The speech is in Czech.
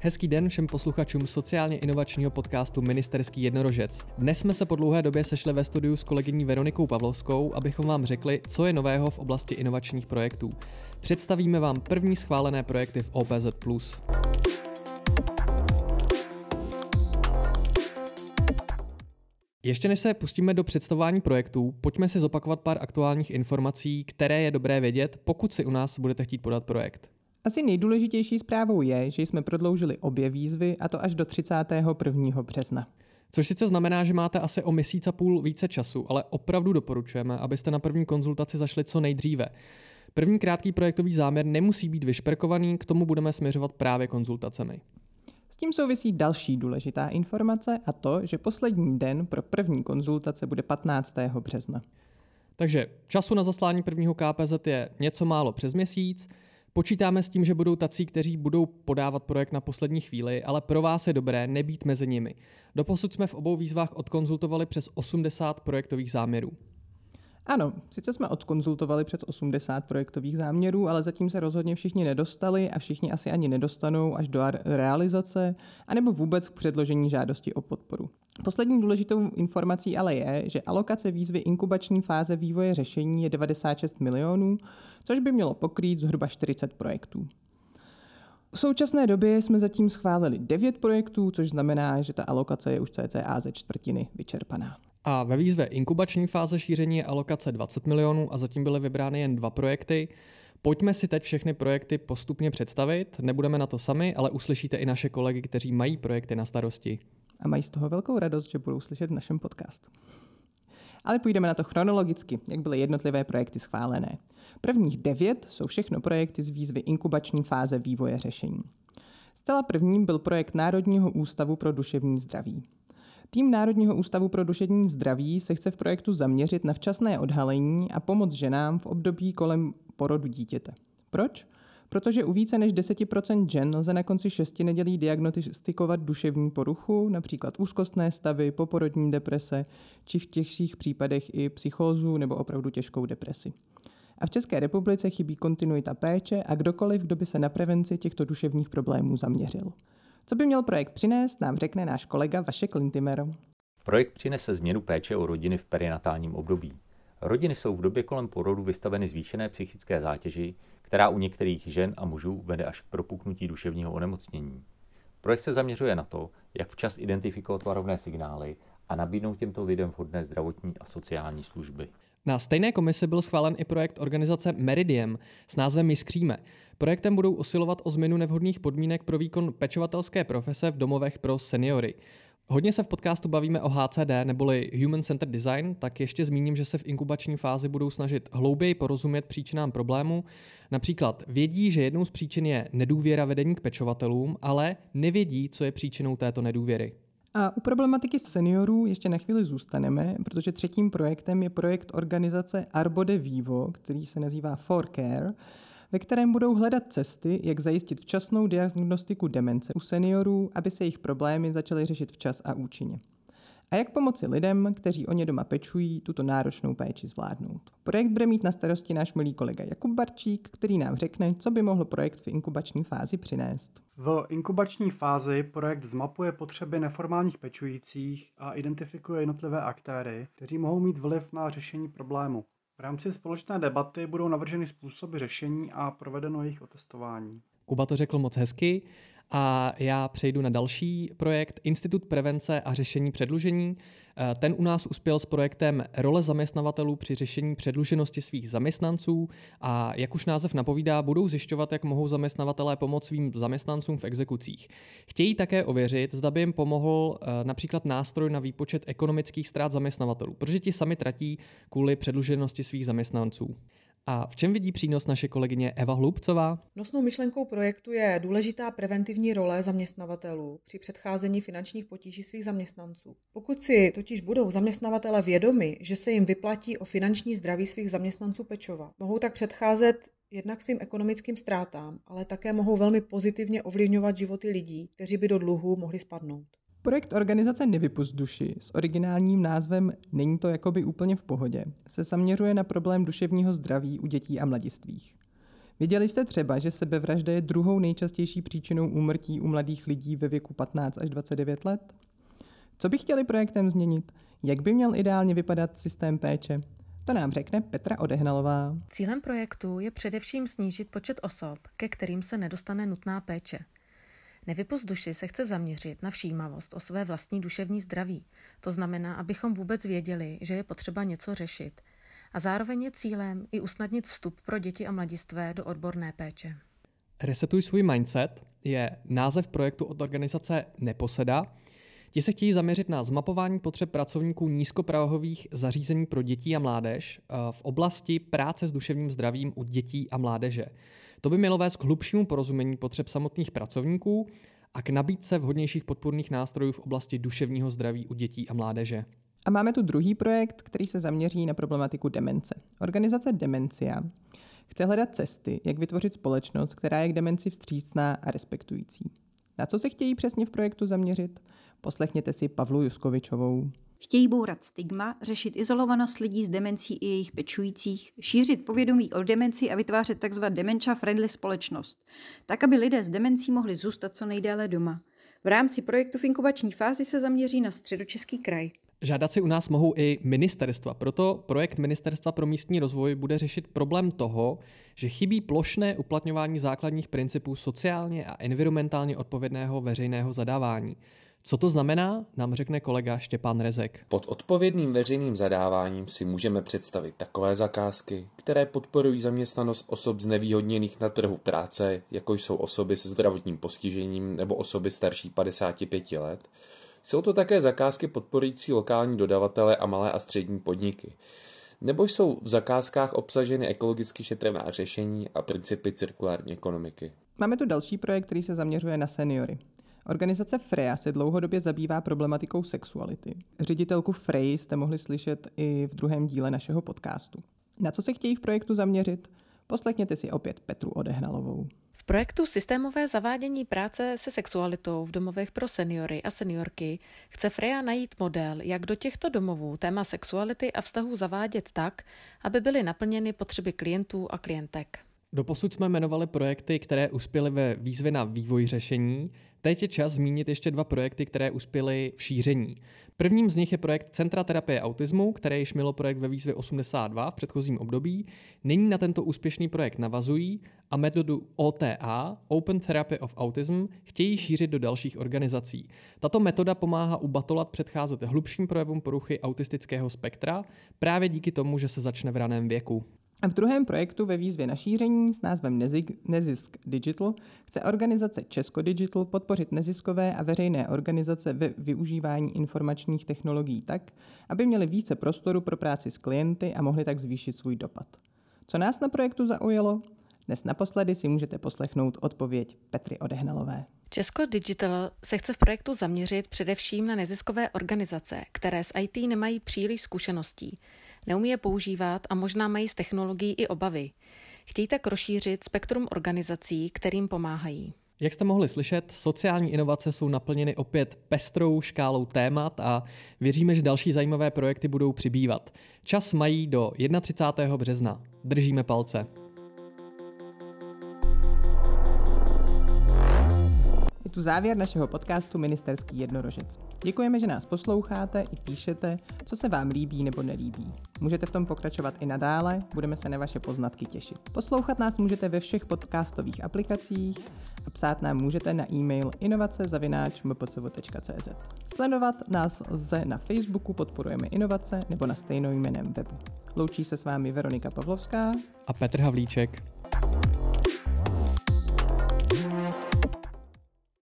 Hezký den všem posluchačům sociálně inovačního podcastu Ministerský jednorožec. Dnes jsme se po dlouhé době sešli ve studiu s kolegyní Veronikou Pavlovskou, abychom vám řekli, co je nového v oblasti inovačních projektů. Představíme vám první schválené projekty v OPZ+. Ještě než se pustíme do představování projektů, pojďme si zopakovat pár aktuálních informací, které je dobré vědět, pokud si u nás budete chtít podat projekt. Asi nejdůležitější zprávou je, že jsme prodloužili obě výzvy, a to až do 31. března. Což sice znamená, že máte asi o měsíc a půl více času, ale opravdu doporučujeme, abyste na první konzultaci zašli co nejdříve. První krátký projektový záměr nemusí být vyšperkovaný, k tomu budeme směřovat právě konzultacemi. S tím souvisí další důležitá informace, a to, že poslední den pro první konzultace bude 15. března. Takže času na zaslání prvního KPZ je něco málo přes měsíc. Počítáme s tím, že budou tací, kteří budou podávat projekt na poslední chvíli, ale pro vás je dobré nebýt mezi nimi. Doposud jsme v obou výzvách odkonzultovali přes 80 projektových záměrů. Ano, sice jsme odkonzultovali přes 80 projektových záměrů, ale zatím se rozhodně všichni nedostali a všichni asi ani nedostanou až do realizace, anebo vůbec k předložení žádosti o podporu. Poslední důležitou informací ale je, že alokace výzvy inkubační fáze vývoje řešení je 96 milionů, což by mělo pokrýt zhruba 40 projektů. V současné době jsme zatím schválili 9 projektů, což znamená, že ta alokace je už cca ze čtvrtiny vyčerpaná. A ve výzvě inkubační fáze šíření je alokace 20 milionů a zatím byly vybrány jen 2 projekty. Pojďme si teď všechny projekty postupně představit, nebudeme na to sami, ale uslyšíte i naše kolegy, kteří mají projekty na starosti. A mají z toho velkou radost, že budou slyšet v našem podcastu. Ale půjdeme na to chronologicky, jak byly jednotlivé projekty schválené. Prvních 9 jsou všechno projekty z výzvy inkubační fáze vývoje řešení. Zcela prvním byl projekt Národního ústavu pro duševní zdraví. Tým Národního ústavu pro duševní zdraví se chce v projektu zaměřit na včasné odhalení a pomoc ženám v období kolem porodu dítěte. Proč? Protože u více než 10% žen lze na konci 6 nedělí diagnostikovat duševní poruchu, například úzkostné stavy, poporodní deprese, či v těžších případech i psychózu nebo opravdu těžkou depresi. A v České republice chybí kontinuita péče a kdokoliv, kdo by se na prevenci těchto duševních problémů zaměřil. Co by měl projekt přinést, nám řekne náš kolega Vašek Lintimer. Projekt přinese změnu péče o rodiny v perinatálním období. Rodiny jsou v době kolem porodu vystaveny zvýšené psychické zátěži, která u některých žen a mužů vede až k propuknutí duševního onemocnění. Projekt se zaměřuje na to, jak včas identifikovat varovné signály a nabídnout těmto lidem vhodné zdravotní a sociální služby. Na stejné komisi byl schválen i projekt organizace Meridiem s názvem My skříme. Projektem budou usilovat o změnu nevhodných podmínek pro výkon pečovatelské profese v domovech pro seniory. Hodně se v podcastu bavíme o HCD neboli Human Centered Design, tak ještě zmíním, že se v inkubační fázi budou snažit hlouběji porozumět příčinám problému. Například vědí, že jednou z příčin je nedůvěra vedení k pečovatelům, ale nevědí, co je příčinou této nedůvěry. A u problematiky seniorů ještě na chvíli zůstaneme, protože třetím projektem je projekt organizace Arbode Vivo, který se nazývá For Care, ve kterém budou hledat cesty, jak zajistit včasnou diagnostiku demence u seniorů, aby se jejich problémy začaly řešit včas a účinně. A jak pomoci lidem, kteří o ně doma pečují, tuto náročnou péči zvládnout. Projekt bude mít na starosti náš milý kolega Jakub Barčík, který nám řekne, co by mohl projekt v inkubační fázi přinést. V inkubační fázi projekt zmapuje potřeby neformálních pečujících a identifikuje jednotlivé aktéry, kteří mohou mít vliv na řešení problému. V rámci společné debaty budou navrženy způsoby řešení a provedeno jejich otestování. Kuba to řekl moc hezky a já přejdu na další projekt Institut prevence a řešení předlužení. Ten u nás uspěl s projektem Role zaměstnavatelů při řešení předluženosti svých zaměstnanců a jak už název napovídá, budou zjišťovat, jak mohou zaměstnavatelé pomoct svým zaměstnancům v exekucích. Chtějí také ověřit, zda by jim pomohl například nástroj na výpočet ekonomických ztrát zaměstnavatelů, protože ti sami tratí kvůli předluženosti svých zaměstnanců. A v čem vidí přínos naše kolegyně Eva Hlubcová? Nosnou myšlenkou projektu je důležitá preventivní role zaměstnavatelů při předcházení finančních potíží svých zaměstnanců. Pokud si totiž budou zaměstnavatele vědomi, že se jim vyplatí o finanční zdraví svých zaměstnanců pečovat, mohou tak předcházet jednak svým ekonomickým ztrátám, ale také mohou velmi pozitivně ovlivňovat životy lidí, kteří by do dluhů mohli spadnout. Projekt organizace Nevypusť duši s originálním názvem Není to jakoby úplně v pohodě se zaměřuje na problém duševního zdraví u dětí a mladistvých. V Věděli jste třeba, že sebevražda je druhou nejčastější příčinou úmrtí u mladých lidí ve věku 15 až 29 let? Co by chtěli projektem změnit? Jak by měl ideálně vypadat systém péče? To nám řekne Petra Odehnalová. Cílem projektu je především snížit počet osob, ke kterým se nedostane nutná péče. Nevypust duši se chce zaměřit na všímavost o své vlastní duševní zdraví. To znamená, abychom vůbec věděli, že je potřeba něco řešit. A zároveň je cílem i usnadnit vstup pro děti a mladistvé do odborné péče. Resetuj svůj mindset je název projektu od organizace Neposeda. Ti se chtějí zaměřit na zmapování potřeb pracovníků nízkoprahových zařízení pro děti a mládež v oblasti práce s duševním zdravím u dětí a mládeže. To by mělo vést k hlubšímu porozumění potřeb samotných pracovníků a k nabídce vhodnějších podpůrných nástrojů v oblasti duševního zdraví u dětí a mládeže. A máme tu druhý projekt, který se zaměří na problematiku demence. Organizace Demencia chce hledat cesty, jak vytvořit společnost, která je k demenci vstřícná a respektující. Na co se chtějí přesně v projektu zaměřit? Poslechněte si Pavlu Juskovičovou. Chtějí bourat stigma, řešit izolovanost lidí s demencí i jejich pečujících, šířit povědomí o demenci a vytvářet tzv. dementia-friendly společnost, tak aby lidé s demencí mohli zůstat co nejdéle doma. V rámci projektu v inkubační fázi se zaměří na Středočeský kraj. Žádat si u nás mohou i ministerstva, proto projekt Ministerstva pro místní rozvoj bude řešit problém toho, že chybí plošné uplatňování základních principů sociálně a environmentálně odpovědného veřejného zadávání. Co to znamená, nám řekne kolega Štěpán Rezek. Pod odpovědným veřejným zadáváním si můžeme představit takové zakázky, které podporují zaměstnanost osob znevýhodněných na trhu práce, jako jsou osoby se zdravotním postižením nebo osoby starší 55 let. Jsou to také zakázky podporující lokální dodavatele a malé a střední podniky. Nebo jsou v zakázkách obsaženy ekologicky šetrná řešení a principy cirkulární ekonomiky. Máme tu další projekt, který se zaměřuje na seniory. Organizace Freja se dlouhodobě zabývá problematikou sexuality. Ředitelku Freji jste mohli slyšet i v druhém díle našeho podcastu. Na co se chtějí v projektu zaměřit? Poslechněte si opět Petru Odehnalovou. V projektu Systémové zavádění práce se sexualitou v domovech pro seniory a seniorky chce Freja najít model, jak do těchto domovů téma sexuality a vztahů zavádět tak, aby byly naplněny potřeby klientů a klientek. Doposud jsme jmenovali projekty, které uspěly ve výzvě na vývoj řešení. Teď je čas zmínit ještě 2 projekty, které uspěly v šíření. Prvním z nich je projekt Centra terapie autismu, které již mělo projekt ve výzvě 82 v předchozím období. Nyní na tento úspěšný projekt navazují a metodu OTA, Open Therapy of Autism, chtějí šířit do dalších organizací. Tato metoda pomáhá u batolat předcházet hlubším projevům poruchy autistického spektra právě díky tomu, že se začne v raném věku. A v druhém projektu ve výzvě na šíření s názvem Nezisk Digital chce organizace Česko Digital podpořit neziskové a veřejné organizace ve využívání informačních technologií tak, aby měly více prostoru pro práci s klienty a mohli tak zvýšit svůj dopad. Co nás na projektu zaujalo? Dnes naposledy si můžete poslechnout odpověď Petry Odehnalové. Česko Digital se chce v projektu zaměřit především na neziskové organizace, které s IT nemají příliš zkušeností, neumí je používat a možná mají z technologií i obavy. Chtějí tak rozšířit spektrum organizací, kterým pomáhají. Jak jste mohli slyšet, sociální inovace jsou naplněny opět pestrou škálou témat a věříme, že další zajímavé projekty budou přibývat. Čas mají do 31. března. Držíme palce. Je tu závěr našeho podcastu Ministerský jednorožec. Děkujeme, že nás posloucháte i píšete, co se vám líbí nebo nelíbí. Můžete v tom pokračovat i nadále, budeme se na vaše poznatky těšit. Poslouchat nás můžete ve všech podcastových aplikacích a psát nám můžete na e-mail inovace@mpcv.cz. Sledovat nás lze na Facebooku Podporujeme inovace nebo na stejnojmenném webu. Loučí se s vámi Veronika Pavlovská a Petr Havlíček.